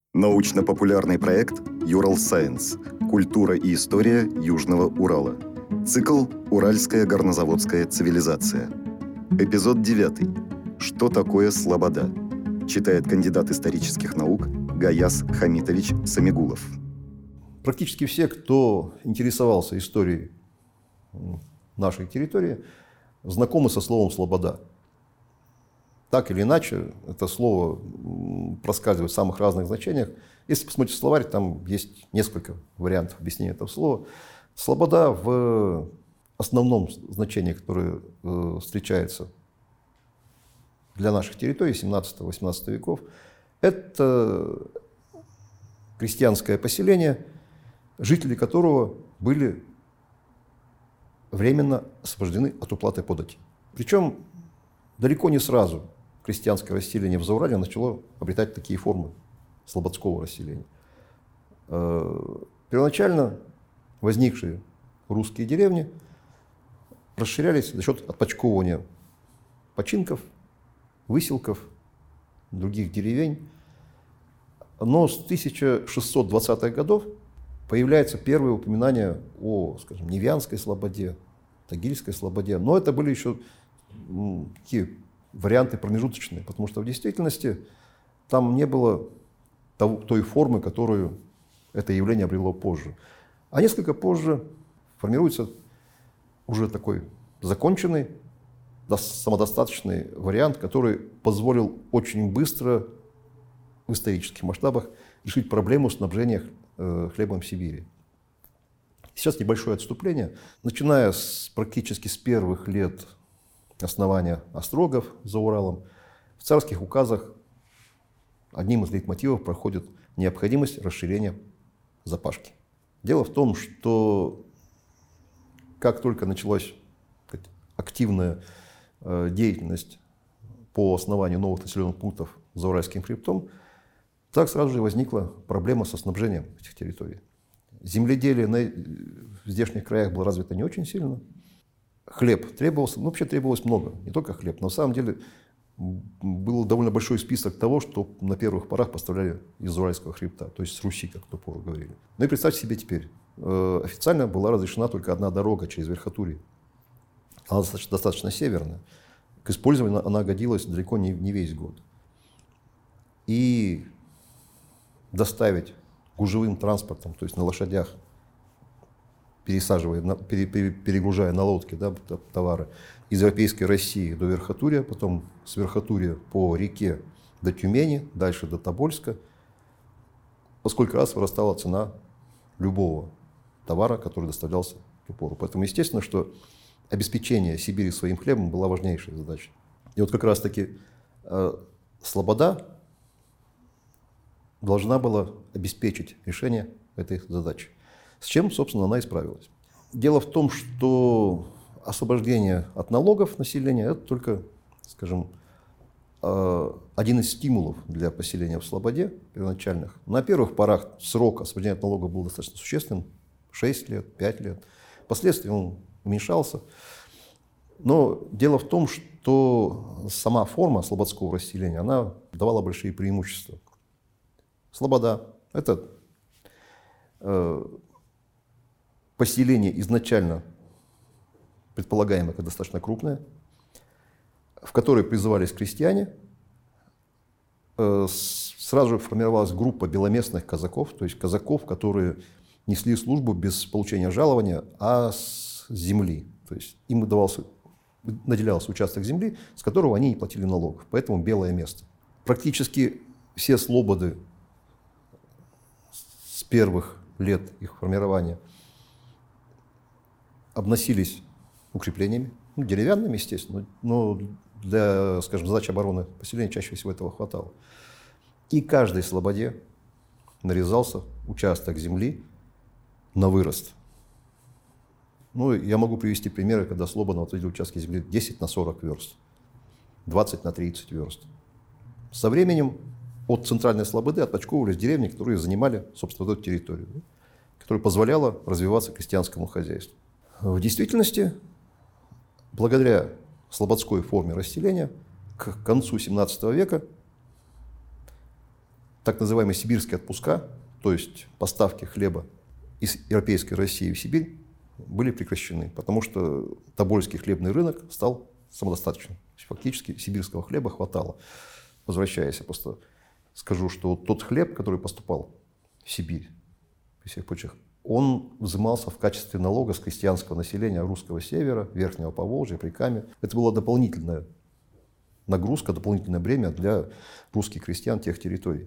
Научно-популярный проект «Юрал Сайенс. Культура и история Южного Урала». Цикл «Уральская горнозаводская цивилизация». Эпизод 9. Что такое слобода? Читает кандидат исторических наук Гаяс Хамитович Самигулов. Практически все, кто интересовался историей нашей территории, знакомы со словом «слобода». Так или иначе, это слово проскальзывает в самых разных значениях. Если посмотреть словарь, там есть несколько вариантов объяснения этого слова. Слобода в основном значении, которое встречается для наших территорий 17-18 веков, это крестьянское поселение, жители которого были временно освобождены от уплаты подати. Причем далеко не сразу крестьянское расселение в Зауралье начало обретать такие формы слободского расселения. Первоначально возникшие русские деревни расширялись за счет отпочковывания починков, выселков, других деревень. Но с 1620-х годов появляется первое упоминание о, скажем, Невьянской слободе, Тагильской слободе. Но это были еще такие варианты промежуточные, потому что в действительности там не было той формы, которую это явление обрело позже. А несколько позже формируется уже такой законченный, самодостаточный вариант, который позволил очень быстро в исторических масштабах решить проблему снабжения хлебом в Сибири. Сейчас небольшое отступление. Начиная практически с первых лет основания острогов за Уралом, в царских указах одним из лейтмотивов проходит необходимость расширения запашки. Дело в том, что как только началась активная деятельность по основанию новых населенных пунктов за Уральским хребтом, так сразу же возникла проблема со снабжением этих территорий. Земледелие в здешних краях было развито не очень сильно. Хлеб требовался, вообще требовалось много, не только хлеб, но на самом деле был довольно большой список того, что на первых порах поставляли из Уральского хребта, то есть с Руси, как в ту пору говорили. Ну и представьте себе теперь, официально была разрешена только одна дорога через Верхотурье. Она достаточно северная. К использованию она годилась далеко не весь год. И доставить гужевым транспортом, то есть на лошадях, перегружая на лодке, да, товары, из Европейской России до Верхотурья, потом с Верхотурья по реке до Тюмени, дальше до Тобольска, во сколько раз вырастала цена любого товара, который доставлялся в ту пору. Поэтому естественно, что обеспечение Сибири своим хлебом была важнейшей задачей. И вот как раз-таки слобода должна была обеспечить решение этой задачи. С чем, собственно, она и справилась. Дело в том, что освобождение от налогов населения – это только, скажем, один из стимулов для поселения в слободе первоначальных. На первых порах срок освобождения от налогов был достаточно существенным – 6 лет, 5 лет. Впоследствии он уменьшался. Но дело в том, что сама форма слободского расселения, она давала большие преимущества. Слобода – это поселение изначально предполагаемо как достаточно крупное, в которое призывались крестьяне. Сразу же формировалась группа беломестных казаков, то есть казаков, которые несли службу без получения жалования, а с земли. То есть им наделялся участок земли, с которого они не платили налогов, поэтому белое место. Практически все слободы с первых лет их формирования обносились укреплениями, деревянными, естественно, но для, скажем, задачи обороны поселения чаще всего этого хватало. И каждой слободе нарезался участок земли на вырост. Ну, я могу привести примеры, когда слободам отводили участки земли 10 на 40 верст, 20 на 30 верст. Со временем от центральной слободы отпочковывались деревни, которые занимали, собственно, эту территорию, которая позволяла развиваться крестьянскому хозяйству. В действительности, благодаря слободской форме расселения, к концу XVII века так называемые сибирские отпуска, то есть поставки хлеба из европейской России в Сибирь, были прекращены, потому что Тобольский хлебный рынок стал самодостаточным. Фактически сибирского хлеба хватало. Возвращаясь, я просто скажу, что вот тот хлеб, который поступал в Сибирь, при всех прочих, он взимался в качестве налога с крестьянского населения русского севера, Верхнего Поволжья, Прикамья. Это была дополнительная нагрузка, дополнительное бремя для русских крестьян тех территорий.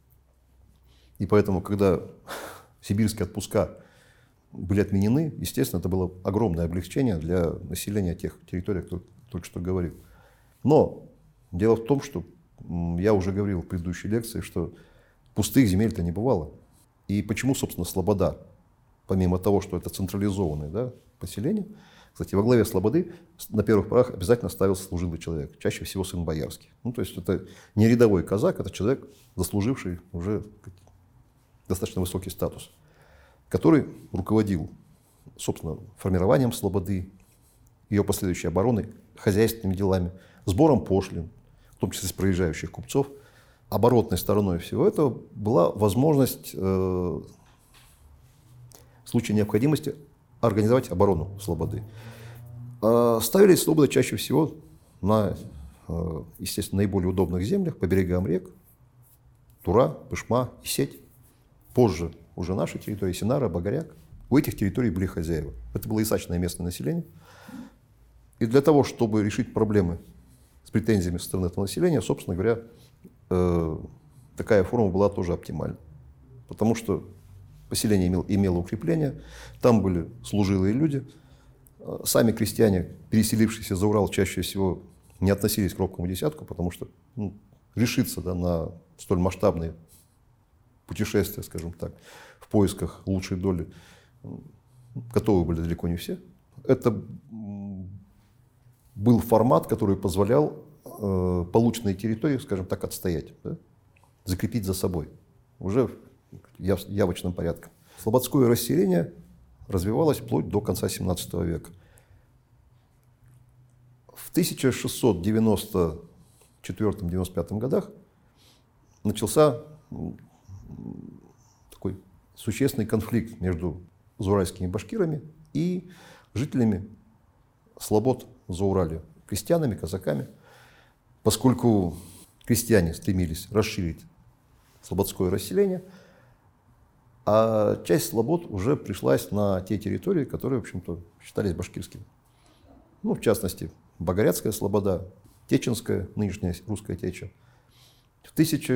И поэтому, когда сибирские отпуска были отменены, естественно, это было огромное облегчение для населения тех территорий, кто только что говорил. Но дело в том, что я уже говорил в предыдущей лекции, что пустых земель-то не бывало. И почему, собственно, Слобода, помимо того, что это централизованное поселение, кстати, во главе Слободы на первых порах обязательно ставился служилый человек, чаще всего сын боярский. То есть это не рядовой казак, это человек, заслуживший уже достаточно высокий статус, который руководил, собственно, формированием Слободы, ее последующей обороной, хозяйственными делами, сбором пошлин, в том числе с проезжающих купцов. Оборотной стороной всего этого была возможность в случае необходимости организовать оборону Слободы. Ставились Слободы чаще всего на, естественно, наиболее удобных землях, по берегам рек, Тура, Пышма и Сеть. Позже уже наши территории, Синара, Багаряк. У этих территорий были хозяева. Это было исачное местное население. И для того, чтобы решить проблемы с претензиями со стороны этого населения, собственно говоря, такая форма была тоже оптимальна. Потому что поселение имело укрепление, там были служилые люди. Сами крестьяне, переселившиеся за Урал, чаще всего не относились к робкому десятку, потому что решиться на столь масштабные путешествия, скажем так, в поисках лучшей доли, готовы были далеко не все. Это был формат, который позволял полученные территории, скажем так, отстоять, закрепить за собой уже явочным порядком. Слободское расселение развивалось вплоть до конца XVII века. В 1694-95 годах начался такой существенный конфликт между зауральскими башкирами и жителями слобод Зауралья, крестьянами, казаками, поскольку крестьяне стремились расширить слободское расселение, а часть слобод уже пришлась на те территории, которые, в общем-то, считались башкирскими. В частности, Багарятская слобода, Теченская, нынешняя русская Теча. В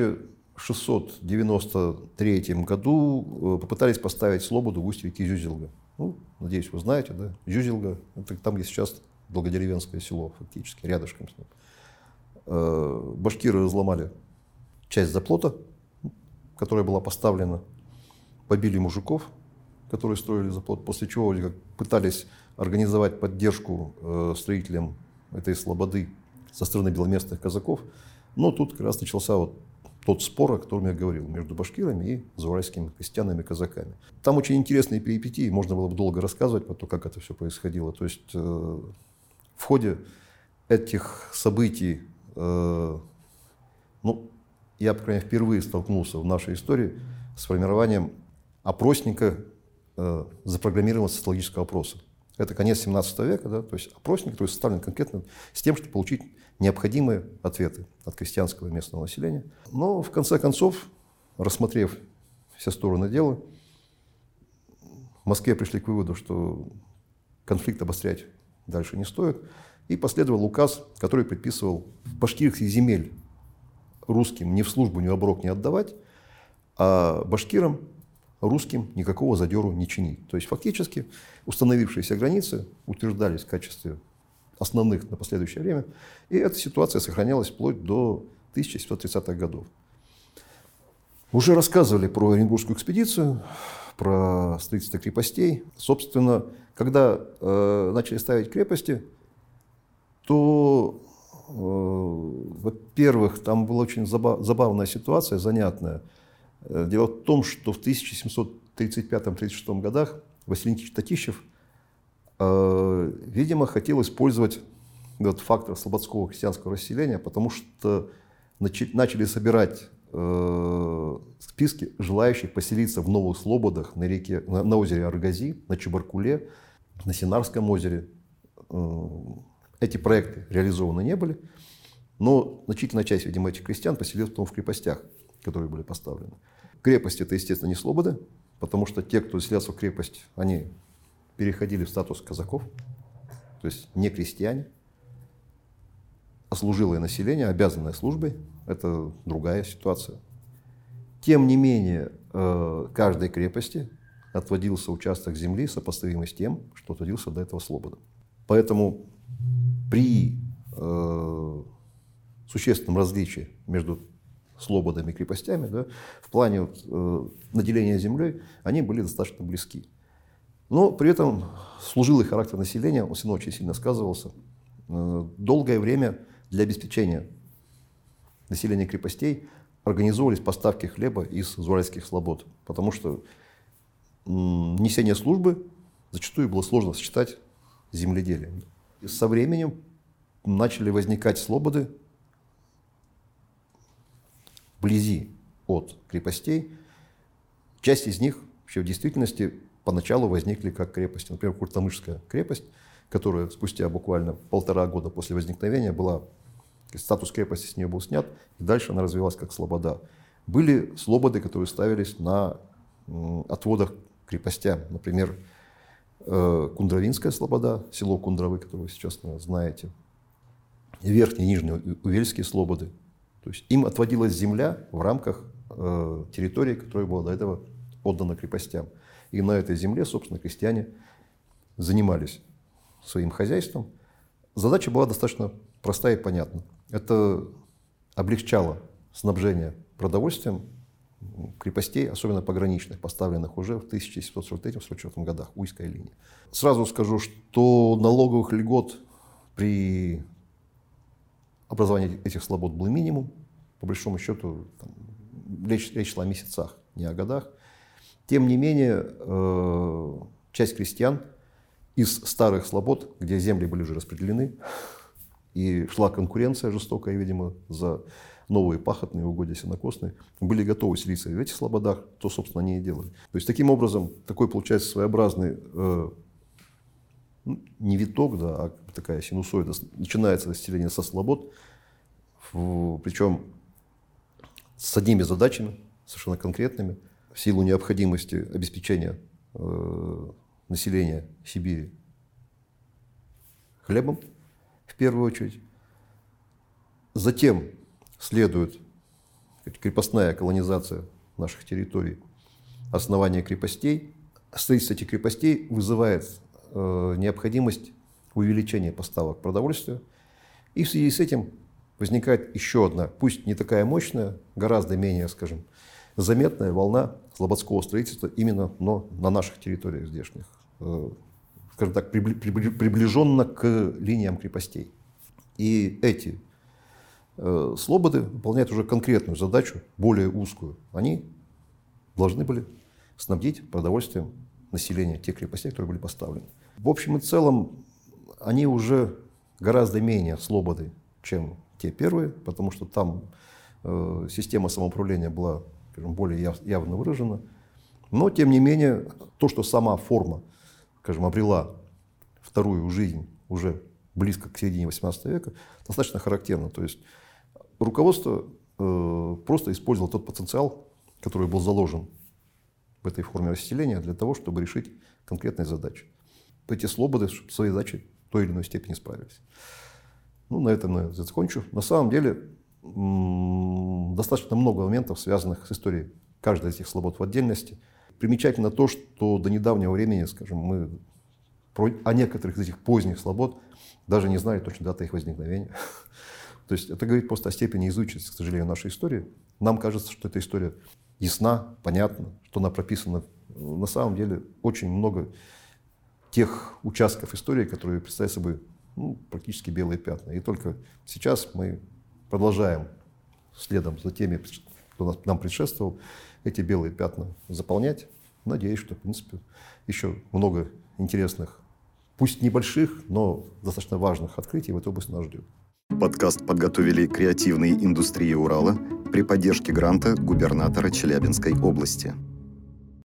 1693 году попытались поставить слободу в устье реки Зюзелга. Надеюсь, вы знаете, да? Зюзелга – это там, где сейчас Благодеревенское село, фактически, рядышком с ним. Башкиры разломали часть заплота, которая была поставлена, побили мужиков, которые строили заплот, после чего пытались организовать поддержку строителям этой слободы со стороны беломестных казаков. Но тут как раз начался тот спор, о котором я говорил, между башкирами и зауральскими крестьянами и казаками. Там очень интересные перипетии, можно было бы долго рассказывать про то, как это все происходило. То есть в ходе этих событий, я, по крайней мере, впервые столкнулся в нашей истории с формированием опросника запрограммированного социологического опроса. Это конец 17 века, да, то есть опросник, который составлен конкретно с тем, чтобы получить необходимые ответы от крестьянского и местного населения. Но, в конце концов, рассмотрев все стороны дела, в Москве пришли к выводу, что конфликт обострять дальше не стоит, и последовал указ, который предписывал башкирских земель русским ни в службу, ни в оброк не отдавать, а башкирам, русским, никакого задеру не чинить. То есть фактически установившиеся границы утверждались в качестве основных на последующее время, и эта ситуация сохранялась вплоть до 1730-х годов. Уже рассказывали про Оренбургскую экспедицию, про строительство крепостей. Собственно, когда начали ставить крепости, то, во-первых, там была очень забавная ситуация, занятная. Дело в том, что в 1735-36 годах Василий Никитич Татищев, видимо, хотел использовать этот фактор слободского христианского расселения, потому что начали собирать списки желающих поселиться в новых слободах на озере Аргази, на Чебаркуле, на Синарском озере. Эти проекты реализованы не были, но значительная часть, видимо, этих крестьян поселилась потом в крепостях, которые были поставлены. Крепость – это, естественно, не слободы, потому что те, кто заселялся в крепость, они переходили в статус казаков, то есть не крестьяне, а служилое население, обязанное службой – это другая ситуация. Тем не менее, каждой крепости отводился участок земли, сопоставимый с тем, что отводился до этого слобода. Поэтому при существенном различии между слободами и крепостями, да, в плане наделения землей, они были достаточно близки. Но при этом служилый характер населения, он все равно очень сильно сказывался. Долгое время для обеспечения населения крепостей организовывались поставки хлеба из уральских слобод, потому что несение службы зачастую было сложно сочетать с земледелием. И со временем начали возникать слободы вблизи от крепостей. Часть из них вообще в действительности поначалу возникли как крепости. Например, Куртамышская крепость, которая спустя буквально 1,5 года после возникновения была, статус крепости с нее был снят, и дальше она развивалась как слобода. Были слободы, которые ставились на отводах к крепостям. Например, Кундровинская слобода, село Кундровы, которое вы сейчас знаете, верхние и нижние Увельские слободы. То есть им отводилась земля в рамках территории, которая была до этого отдана крепостям. И на этой земле, собственно, крестьяне занимались своим хозяйством. Задача была достаточно простая и понятна. Это облегчало снабжение продовольствием крепостей, особенно пограничных, поставленных уже в 1743-1744 годах, Уйская линия. Сразу скажу, что налоговых льгот при образовании этих слобод был минимум. По большому счету, речь шла о месяцах, не о годах. Тем не менее, часть крестьян из старых слобод, где земли были уже распределены, и шла конкуренция жестокая, видимо, за новые пахотные угодья сенокосные, были готовы селиться в этих слободах, то, собственно, они и делали. То есть, таким образом, такой получается своеобразный не виток, да, а такая синусоида. Начинается расселение со слобод, причем с одними задачами, совершенно конкретными, в силу необходимости обеспечения населения Сибири хлебом, в первую очередь. Затем следует крепостная колонизация наших территорий, основание крепостей. Строительство этих крепостей вызывает необходимость увеличения поставок продовольствия. И в связи с этим возникает еще одна, пусть не такая мощная, гораздо менее, скажем, заметная волна слободского строительства именно на наших территориях здешних, скажем так, приближенно к линиям крепостей. И эти слободы выполняют уже конкретную задачу, более узкую. Они должны были снабдить продовольствием население тех крепостей, которые были поставлены. В общем и целом, они уже гораздо менее слободы, чем те первые, потому что там система самоуправления была, скажем, более явно выражена. Но, тем не менее, то, что сама форма, скажем, обрела вторую жизнь уже близко к середине XVIII века, достаточно характерно. То есть руководство просто использовало тот потенциал, который был заложен в этой форме расселения для того, чтобы решить конкретные задачи. Эти слободы с своей задачей в той или иной степени справились. На этом я закончу. На самом деле достаточно много моментов, связанных с историей каждой из этих слобод в отдельности. Примечательно то, что до недавнего времени, скажем, мы о некоторых из этих поздних слобод даже не знали точно даты их возникновения. То есть это говорит просто о степени изученности, к сожалению, нашей истории. Нам кажется, что эта история ясна, понятна, что она прописана. На самом деле очень много тех участков истории, которые представляют собой практически белые пятна. И только сейчас мы продолжаем следом за теми, кто нам предшествовал, эти белые пятна заполнять. Надеюсь, что, в принципе, еще много интересных, пусть небольших, но достаточно важных открытий в этой области нас ждет. Подкаст подготовили «Креативные индустрии Урала» при поддержке гранта губернатора Челябинской области.